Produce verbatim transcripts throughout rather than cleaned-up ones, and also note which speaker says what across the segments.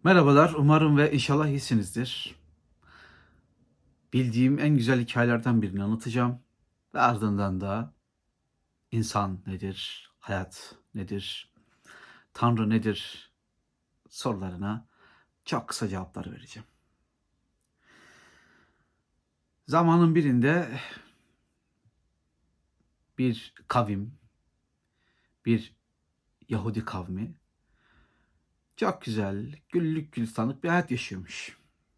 Speaker 1: Merhabalar, umarım ve inşallah iyisinizdir. Bildiğim en güzel hikayelerden birini anlatacağım ve ardından da insan nedir, hayat nedir, Tanrı nedir sorularına çok kısa cevaplar vereceğim. Zamanın birinde bir kavim, bir Yahudi kavmi çok güzel, güllük gülistanlık bir hayat yaşıyormuş.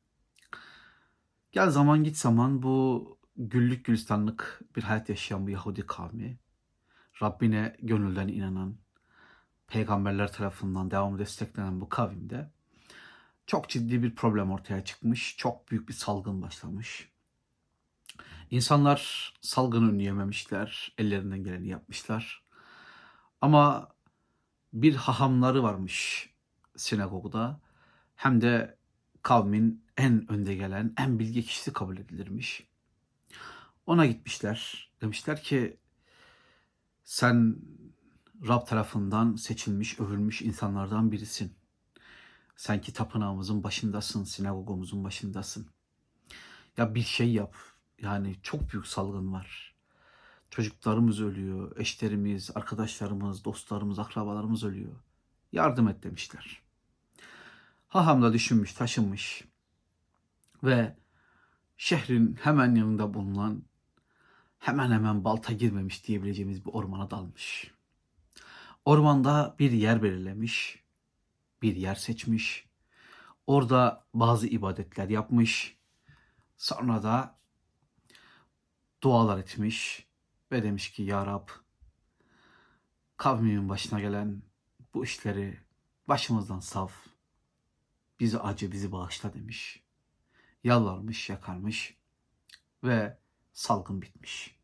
Speaker 1: Gel zaman git zaman bu güllük gülistanlık bir hayat yaşayan bu Yahudi kavmi, Rabbine gönülden inanan, peygamberler tarafından devamlı desteklenen bu kavimde çok ciddi bir problem ortaya çıkmış. Çok büyük bir salgın başlamış. İnsanlar salgını önleyememişler. Ellerinden geleni yapmışlar. Ama bir hahamları varmış sinagogda. Hem de kavmin en önde gelen, en bilge kişisi kabul edilirmiş. Ona gitmişler. Demişler ki sen Rab tarafından seçilmiş, övülmüş insanlardan birisin. Sen ki tapınağımızın başındasın, sinagogumuzun başındasın. Ya bir şey yap. Yani çok büyük salgın var. Çocuklarımız ölüyor, eşlerimiz, arkadaşlarımız, dostlarımız, akrabalarımız ölüyor. Yardım et demişler. Haham da düşünmüş, taşınmış ve şehrin hemen yanında bulunan, hemen hemen balta girmemiş diyebileceğimiz bir ormana dalmış. Ormanda bir yer belirlemiş, bir yer seçmiş. Orada bazı ibadetler yapmış. Sonra da dualar etmiş ve demiş ki ya Rab, kavmimin başına gelen bu işleri başımızdan sav, bizi acı, bizi bağışla demiş. Yalvarmış, yakarmış ve salgın bitmiş.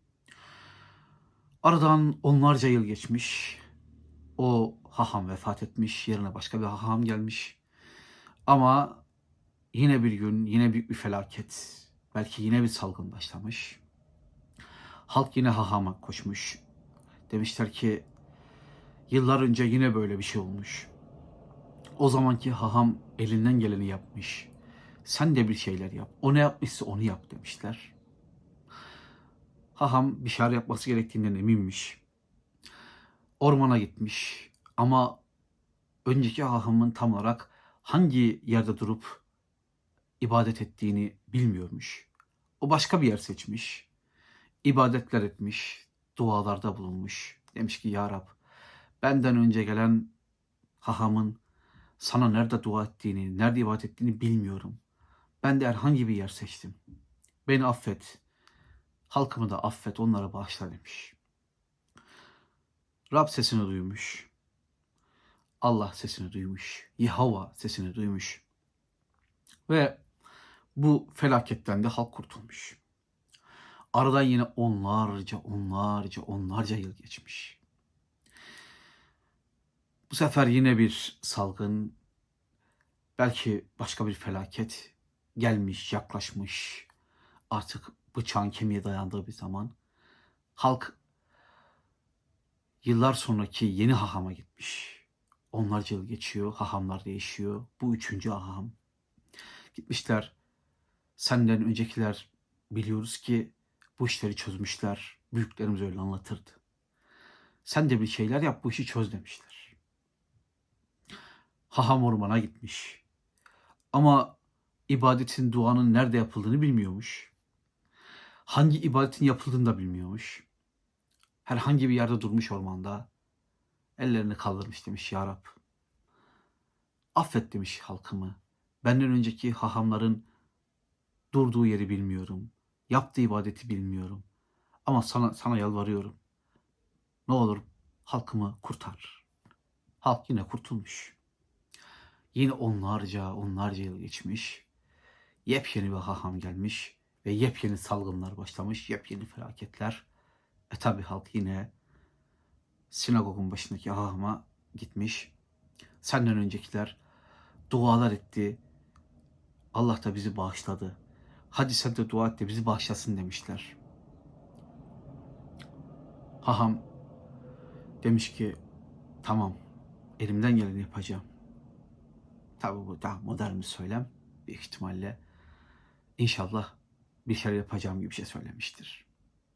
Speaker 1: Aradan onlarca yıl geçmiş. O haham vefat etmiş, yerine başka bir haham gelmiş. Ama yine bir gün, yine büyük bir felaket, belki yine bir salgın başlamış. Halk yine hahama koşmuş. Demişler ki yıllar önce yine böyle bir şey olmuş. O zamanki haham elinden geleni yapmış. Sen de bir şeyler yap. O ne yapmışsa onu yap demişler. Haham bir şeyler yapması gerektiğinden eminmiş. Ormana gitmiş. Ama önceki hahamın tam olarak hangi yerde durup ibadet ettiğini bilmiyormuş. O başka bir yer seçmiş. İbadetler etmiş. Dualarda bulunmuş. Demiş ki ya Rab, benden önce gelen hahamın sana nerede dua ettiğini, nerede ibadet ettiğini bilmiyorum. Ben de herhangi bir yer seçtim. Beni affet. Halkımı da affet, onları bağışla demiş. Rab sesini duymuş. Allah sesini duymuş. Yehova sesini duymuş. Ve bu felaketten de halk kurtulmuş. Aradan yine onlarca, onlarca, onlarca yıl geçmiş. Bu sefer yine bir salgın, belki başka bir felaket gelmiş, yaklaşmış. Artık bıçağın kemiğe dayandığı bir zaman halk yıllar sonraki yeni hahama gitmiş. Onlarca yıl geçiyor, hahamlar değişiyor. Bu üçüncü haham. Gitmişler, senden öncekiler biliyoruz ki bu işleri çözmüşler. Büyüklerimiz öyle anlatırdı. Sen de bir şeyler yap, bu işi çöz demişler. Haham ormana gitmiş. Ama ibadetin, duanın nerede yapıldığını bilmiyormuş. Hangi ibadetin yapıldığını da bilmiyormuş. Herhangi bir yerde durmuş ormanda. Ellerini kaldırmış demiş ya Rab. Affet demiş halkımı. Benden önceki hahamların durduğu yeri bilmiyorum. Yaptığı ibadeti bilmiyorum. Ama sana, sana yalvarıyorum. Ne olur halkımı kurtar. Halk yine kurtulmuş. Yine onlarca onlarca yıl geçmiş. Yepyeni bir haham gelmiş. Ve yepyeni salgınlar başlamış. Yepyeni felaketler. E tabi halk yine sinagogun başındaki hahama gitmiş. Senden öncekiler dualar etti. Allah da bizi bağışladı. Hadi sen de dua et de bizi bağışlasın demişler. Haham demiş ki tamam, elimden geleni yapacağım. Tabii bu daha modern bir söylem. Büyük ihtimalle inşallah bir şeyler yapacağım gibi bir şey söylemiştir.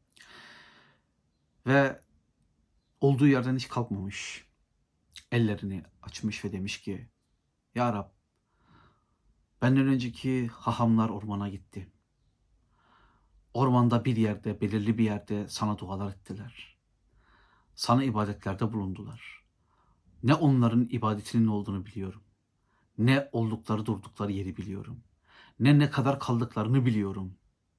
Speaker 1: Ve olduğu yerden hiç kalkmamış. Ellerini açmış ve demiş ki, Ya Rab, benden önceki hahamlar ormana gitti. Ormanda bir yerde, belirli bir yerde sana dualar ettiler. Sana ibadetlerde bulundular. Ne onların ibadetinin ne olduğunu biliyorum. Ne oldukları durdukları yeri biliyorum. Ne ne kadar kaldıklarını biliyorum.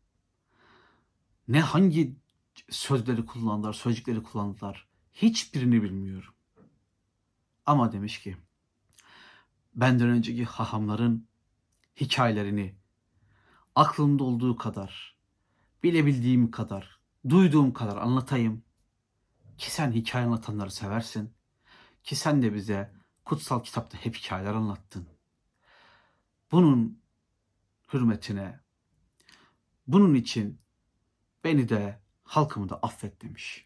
Speaker 1: Ne hangi sözleri kullandılar, sözcükleri kullandılar. Hiçbirini bilmiyorum. Ama demiş ki, benden önceki hahamların hikayelerini aklımda olduğu kadar, bilebildiğim kadar, duyduğum kadar anlatayım. Ki sen hikaye anlatanları seversin. Ki sen de bize kutsal kitapta hep hikayeler anlattın. Bunun hürmetine, bunun için beni de halkımı da affet demiş.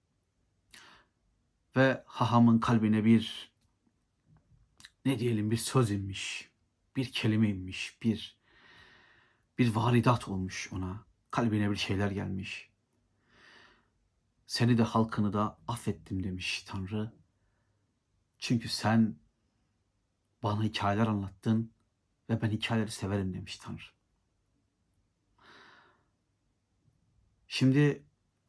Speaker 1: Ve hahamın kalbine bir, ne diyelim, bir söz inmiş. Bir kelime inmiş. Bir, bir varidat olmuş ona. Kalbine bir şeyler gelmiş. Seni de halkını da affettim demiş Tanrı. Çünkü sen bana hikayeler anlattın ve ben hikayeleri severim demiş Tanrı. Şimdi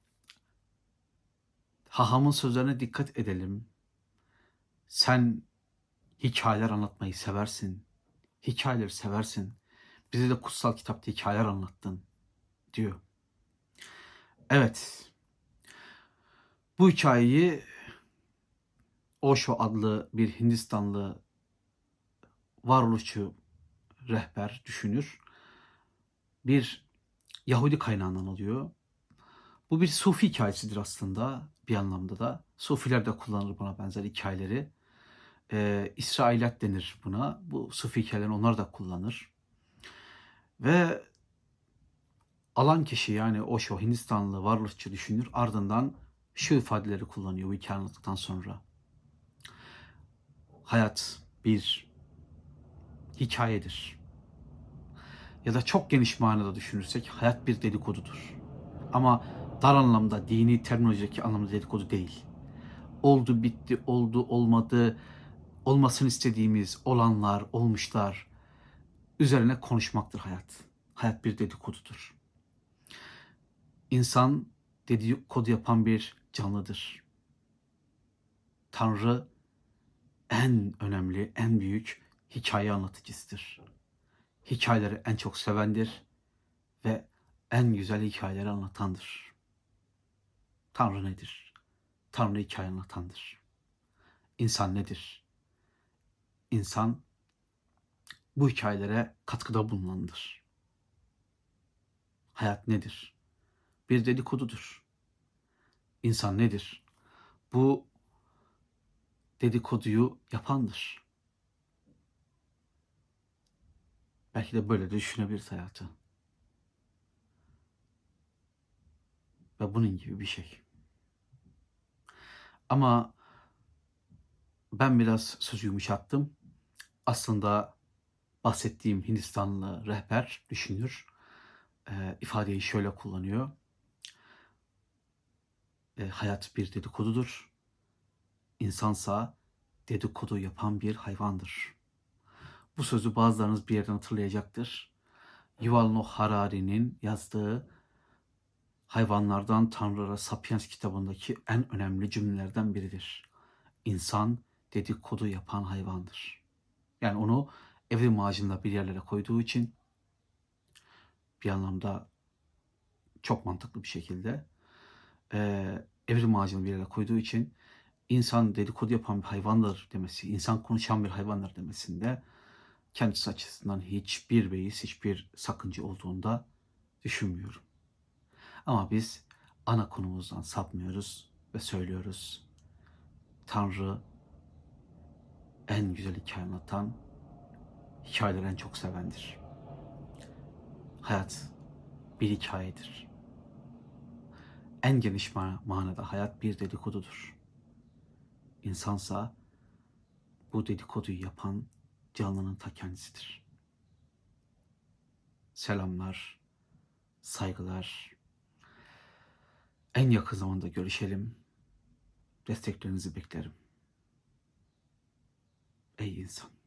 Speaker 1: hahamın sözlerine dikkat edelim. Sen hikayeler anlatmayı seversin. Hikayeleri seversin. Bize de kutsal kitapta hikayeler anlattın diyor. Evet. Bu hikayeyi Osho adlı bir Hindistanlı varoluşçu rehber, düşünür. Bir Yahudi kaynağından alıyor. Bu bir Sufi hikayesidir aslında bir anlamda da. Sufiler de kullanır buna benzer hikayeleri. Ee, İsrailat denir buna. Bu Sufi hikayeleri onlar da kullanır. Ve alan kişi, yani Osho, Hindistanlı varoluşçu düşünür, ardından şu ifadeleri kullanıyor bu hikaye anlattıktan sonra. Hayat bir hikayedir. Ya da çok geniş manada düşünürsek hayat bir dedikodudur. Ama dar anlamda, dini terminolojideki anlamda dedikodu değil. Oldu, bitti, oldu, olmadı, olmasını istediğimiz olanlar, olmuşlar üzerine konuşmaktır hayat. Hayat bir dedikodudur. İnsan dedikodu yapan bir canlıdır. Tanrı en önemli, en büyük hikaye anlatıcısıdır. Hikayeleri en çok sevendir ve en güzel hikayeleri anlatandır. Tanrı nedir? Tanrı hikaye anlatandır. İnsan nedir? İnsan bu hikayelere katkıda bulunandır. Hayat nedir? Bir dedikodudur. İnsan nedir? Bu dedikoduyu yapandır. Belki de böyle de düşünebiliriz hayatı. Ve bunun gibi bir şey. Ama ben biraz sözü yumuşattım. Aslında bahsettiğim Hindistanlı rehber, düşünür, e, ifadeyi şöyle kullanıyor. E, hayat bir dedikodudur. İnsansa dedikodu yapan bir hayvandır. Bu sözü bazılarınız bir yerden hatırlayacaktır. Yuval Noah Harari'nin yazdığı Hayvanlardan Tanrılara Sapiens kitabındaki en önemli cümlelerden biridir. İnsan dedikodu yapan hayvandır. Yani onu evrim ağacında bir yerlere koyduğu için bir anlamda çok mantıklı bir şekilde e, evrim ağacını bir yere koyduğu için insan dedikodu yapan bir hayvandır demesi, insan konuşan bir hayvandır demesinde kendisi açısından hiçbir beis, hiçbir sakınca olduğunda düşünmüyorum. Ama biz ana konumuzdan sapmıyoruz ve söylüyoruz. Tanrı en güzel hikaye anlatan, hikayeleri en çok sevendir. Hayat bir hikayedir. En geniş manada hayat bir dedikodudur. İnsansa bu dedikoduyu yapan canlının ta kendisidir. Selamlar, saygılar. En yakın zamanda görüşelim. Desteklerinizi beklerim. Ey insan!